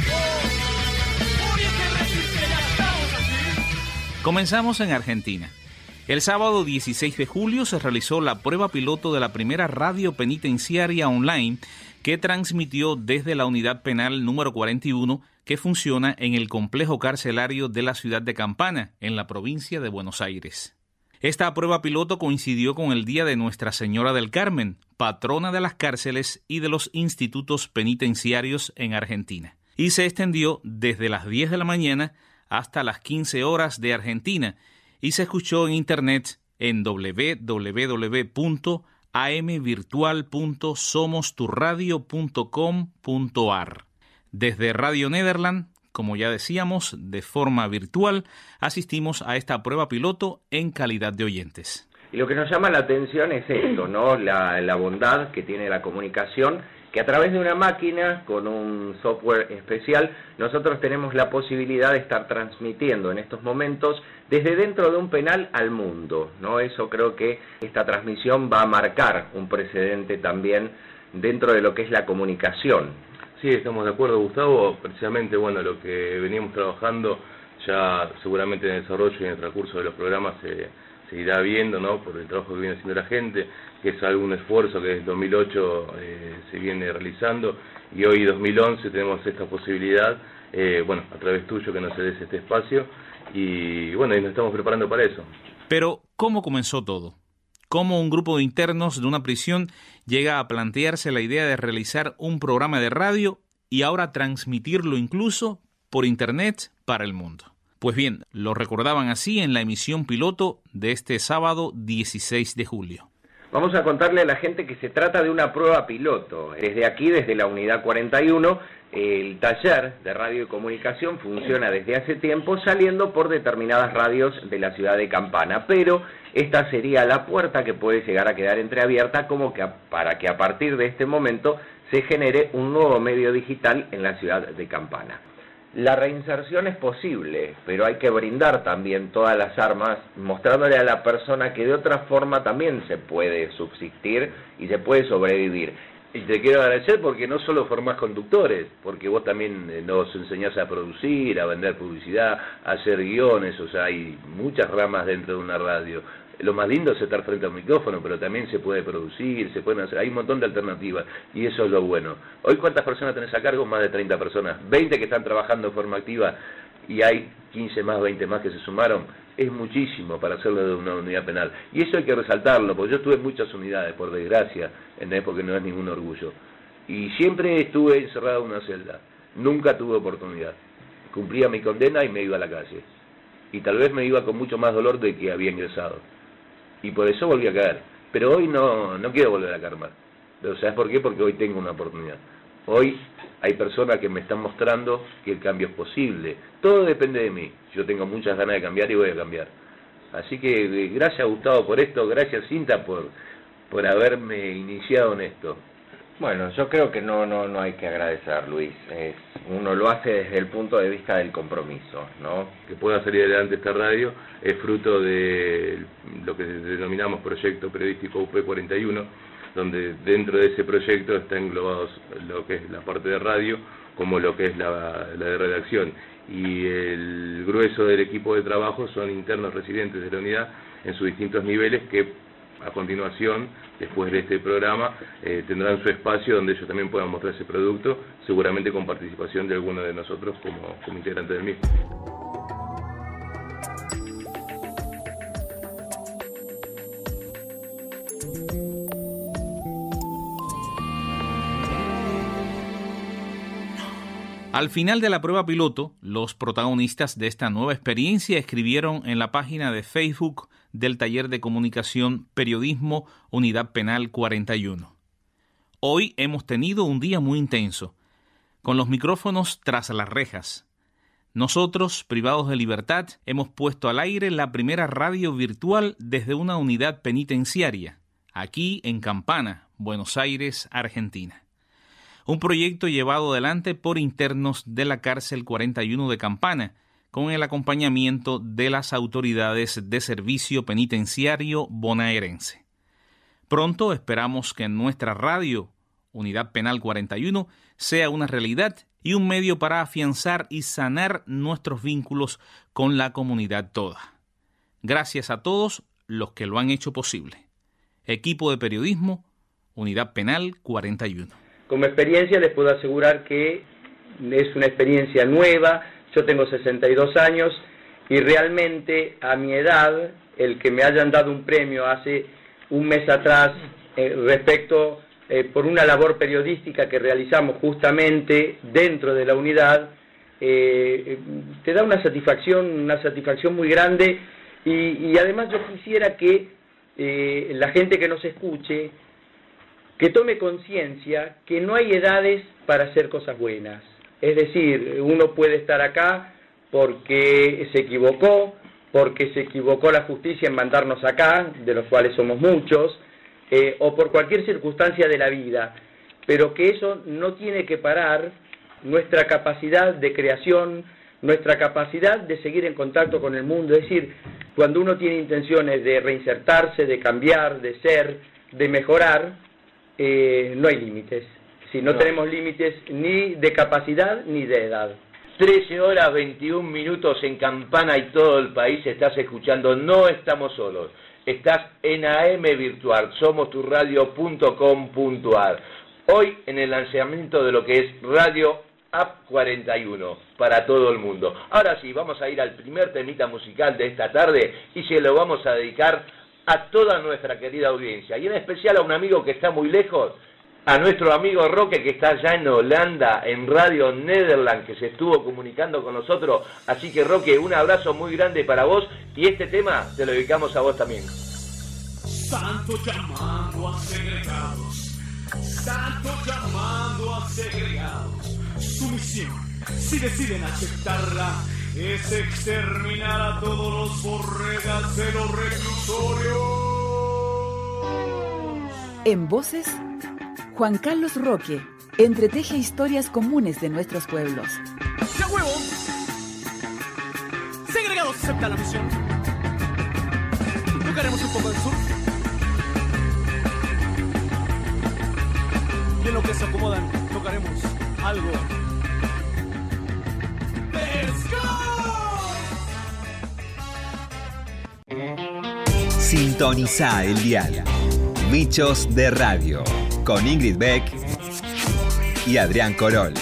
Speaker 24: mejor. Oriente resiste, ya estamos aquí.
Speaker 7: Comenzamos en Argentina. El sábado dieciséis de julio se realizó la prueba piloto de la primera radio penitenciaria online que transmitió desde la unidad penal número cuarenta y uno que funciona en el complejo carcelario de la ciudad de Campana, en la provincia de Buenos Aires. Esta prueba piloto coincidió con el Día de Nuestra Señora del Carmen, patrona de las cárceles y de los institutos penitenciarios en Argentina, y se extendió desde las diez de la mañana hasta las quince horas de Argentina, y se escuchó en internet en doble u doble u doble u punto a m virtual punto somos tu radio punto com punto a r. Desde Radio Nederland, como ya decíamos, de forma virtual, asistimos a esta prueba piloto en calidad de oyentes.
Speaker 8: Y lo que nos llama la atención es esto, ¿no? La, la bondad que tiene la comunicación, que a través de una máquina, con un software especial, nosotros tenemos la posibilidad de estar transmitiendo en estos momentos desde dentro de un penal al mundo, ¿no? Eso creo que esta transmisión va a marcar un precedente también dentro de lo que es la comunicación.
Speaker 25: Sí, estamos de acuerdo, Gustavo. Precisamente, bueno, lo que veníamos trabajando ya seguramente en el desarrollo y en el transcurso de los programas se, se irá viendo, ¿no? Por el trabajo que viene haciendo la gente, que es algún esfuerzo que desde dos mil ocho eh, se viene realizando, y hoy dos mil once tenemos esta posibilidad, eh, bueno, a través tuyo que nos cedes este espacio, y bueno, y nos estamos preparando para eso.
Speaker 7: Pero, ¿cómo comenzó todo? ¿Cómo un grupo de internos de una prisión llega a plantearse la idea de realizar un programa de radio y ahora transmitirlo incluso por internet para el mundo? Pues bien, lo recordaban así en la emisión piloto de este sábado dieciséis de julio.
Speaker 8: Vamos a contarle a la gente que se trata de una prueba piloto. Desde aquí, desde la unidad cuarenta y uno, el taller de radio y comunicación funciona desde hace tiempo, saliendo por determinadas radios de la ciudad de Campana, pero esta sería la puerta que puede llegar a quedar entreabierta como que a, para que a partir de este momento se genere un nuevo medio digital en la ciudad de Campana. La reinserción es posible, pero hay que brindar también todas las armas, mostrándole a la persona que de otra forma también se puede subsistir y se puede sobrevivir.
Speaker 25: Y te quiero agradecer porque no solo formás conductores, porque vos también nos enseñás a producir, a vender publicidad, a hacer guiones, o sea, hay muchas ramas dentro de una radio. Lo más lindo es estar frente al micrófono, pero también se puede producir, se pueden hacer, hay un montón de alternativas, y eso es lo bueno. Hoy, ¿cuántas personas tenés a cargo? Más de treinta personas, veinte que están trabajando de forma activa, y hay quince más, veinte más que se sumaron. Es muchísimo para hacerlo de una unidad penal, y eso hay que resaltarlo, porque yo estuve en muchas unidades, por desgracia, en porque no es ningún orgullo, y siempre estuve encerrado en una celda, nunca tuve oportunidad, cumplía mi condena y me iba a la calle, y tal vez me iba con mucho más dolor de que había ingresado, y por eso volví a caer, pero hoy no, no quiero volver a caer más. Pero ¿sabes por qué? Porque hoy tengo una oportunidad. Hoy hay personas que me están mostrando que el cambio es posible. Todo depende de mí. Yo tengo muchas ganas de cambiar y voy a cambiar. Así que gracias, Gustavo, por esto. Gracias, Cinta, por, por haberme iniciado en esto.
Speaker 8: Bueno, yo creo que no no no hay que agradecer, Luis. Es, uno lo hace desde el punto de vista del compromiso, ¿no?
Speaker 25: Que pueda salir adelante esta radio es fruto de lo que denominamos Proyecto Periodístico U P cuarenta y uno, donde dentro de ese proyecto está englobados lo que es la parte de radio como lo que es la, la de redacción. Y el grueso del equipo de trabajo son internos residentes de la unidad en sus distintos niveles que a continuación, después de este programa, eh, tendrán su espacio donde ellos también puedan mostrar ese producto, seguramente con participación de alguno de nosotros como, como integrante del mismo.
Speaker 7: Al final de la prueba piloto, los protagonistas de esta nueva experiencia escribieron en la página de Facebook del Taller de Comunicación Periodismo Unidad Penal cuarenta y uno. Hoy hemos tenido un día muy intenso, con los micrófonos tras las rejas. Nosotros, privados de libertad, hemos puesto al aire la primera radio virtual desde una unidad penitenciaria, aquí en Campana, Buenos Aires, Argentina. Un proyecto llevado adelante por internos de la cárcel cuarenta y uno de Campana, con el acompañamiento de las autoridades de servicio penitenciario bonaerense. Pronto esperamos que nuestra radio, Unidad Penal cuarenta y uno, sea una realidad y un medio para afianzar y sanar nuestros vínculos con la comunidad toda. Gracias a todos los que lo han hecho posible. Equipo de periodismo, Unidad Penal cuarenta y uno.
Speaker 8: Como experiencia les puedo asegurar que es una experiencia nueva. Yo tengo sesenta y dos años y realmente a mi edad, el que me hayan dado un premio hace un mes atrás eh, respecto eh, por una labor periodística que realizamos justamente dentro de la unidad, eh, te da una satisfacción, una satisfacción muy grande y, y además yo quisiera que eh, la gente que nos escuche que tome conciencia que no hay edades para hacer cosas buenas. Es decir, uno puede estar acá porque se equivocó, porque se equivocó la justicia en mandarnos acá, de los cuales somos muchos, eh, o por cualquier circunstancia de la vida, pero que eso no tiene que parar nuestra capacidad de creación, nuestra capacidad de seguir en contacto con el mundo. Es decir, cuando uno tiene intenciones de reinsertarse, de cambiar, de ser, de mejorar, Eh, no hay límites. Si no, no tenemos límites ni de capacidad ni de edad.
Speaker 25: trece horas veintiún minutos en Campana y todo el país estás escuchando. No estamos solos. Estás en A M Virtual, somos tu radio punto com punto a r. Hoy en el lanzamiento de lo que es Radio App cuarenta y uno para todo el mundo. Ahora sí, vamos a ir al primer temita musical de esta tarde y se lo vamos a dedicar a toda nuestra querida audiencia, y en especial a un amigo que está muy lejos, a nuestro amigo Roque, que está allá en Holanda, en Radio Nederland, que se estuvo comunicando con nosotros. Así que, Roque, un abrazo muy grande para vos, y este tema te lo dedicamos a vos también.
Speaker 24: Santo llamando a segregados, santo llamando a segregados. Su misión, si deciden aceptarla, es exterminar a todos los borregas de los reclusorios.
Speaker 6: En voces, Juan Carlos Roque entreteje historias comunes de nuestros pueblos.
Speaker 24: ¡Ya huevo! Segregados acepta la misión. Tocaremos un poco del sur. Y en lo que se acomodan, tocaremos algo.
Speaker 3: Sintoniza el dial. Bichos de Radio. Con Ingrid Beck y Adrián Corol.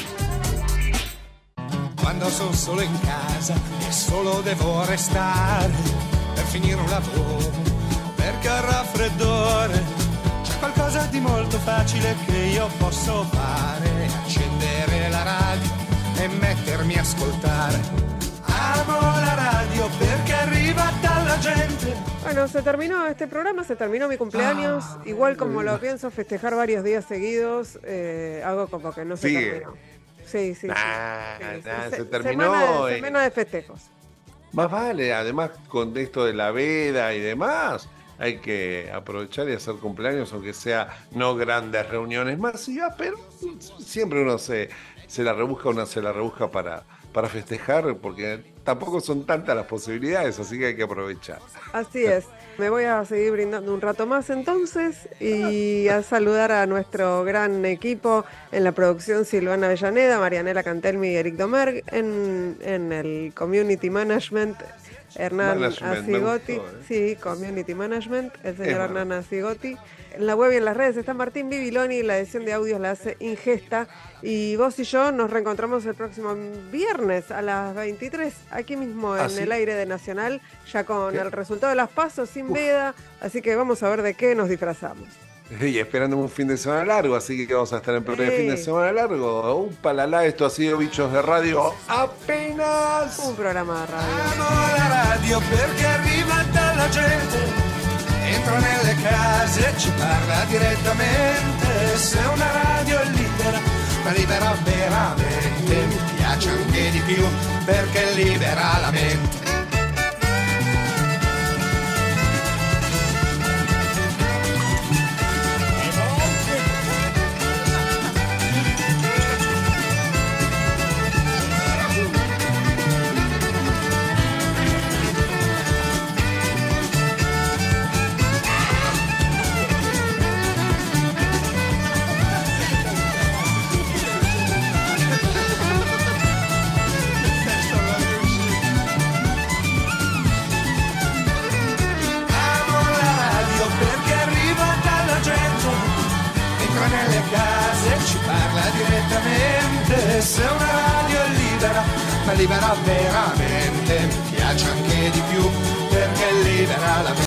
Speaker 9: Quando sono solo in casa e solo devo restare per finire un lavoro, perché al raffreddore c'è qualcosa di molto facile che io posso fare: accendere la radio e mettermi a ascoltare. Amo la radio perché arriva dalla gente.
Speaker 1: Bueno, se terminó este programa, se terminó mi cumpleaños. Ah, igual como lo pienso festejar varios días seguidos, eh, hago como que no se
Speaker 2: Sigue.
Speaker 1: terminó. Sí, sí,
Speaker 2: nah,
Speaker 1: sí. sí,
Speaker 2: nah,
Speaker 1: sí.
Speaker 2: se terminó.
Speaker 1: Semana de,
Speaker 2: eh.
Speaker 1: semana de festejos.
Speaker 2: Más vale, además con esto de la veda y demás, hay que aprovechar y hacer cumpleaños, aunque sea no grandes reuniones masivas, pero siempre uno se, se la rebusca, uno se la rebusca para, para festejar, porque tampoco son tantas las posibilidades, así que hay que aprovechar.
Speaker 1: Así es. Me voy a seguir brindando un rato más entonces y a saludar a nuestro gran equipo en la producción: Silvana Avellaneda, Marianela Cantelmi y Eric Domergue, en, en el Community Management, Hernán Asigoti, eh. sí, Community Management, el señor Hernán Asigoti. En la web y en las redes está Martín Bibiloni, la edición de audios la hace Ingesta, y vos y yo nos reencontramos el próximo viernes a las veintitrés, aquí mismo en ¿Ah, sí? el aire de Nacional, ya con ¿Qué? el resultado de las PASO, sin Uf. veda, así que vamos a ver de qué nos disfrazamos.
Speaker 2: Y esperando un fin de semana largo, así que vamos a estar en pleno sí. fin de semana largo. Un palalá, esto ha sido Bichos de Radio, apenas
Speaker 1: un programa de radio.
Speaker 9: Amo la radio perché arriva dalla gente, entra nelle case e ci parla direttamente. Se una radio è libera, ma libera veramente, mi piace anche di più perché libera la mente. Se una radio è libera, ma libera veramente, mi piace anche di più perché libera la mente.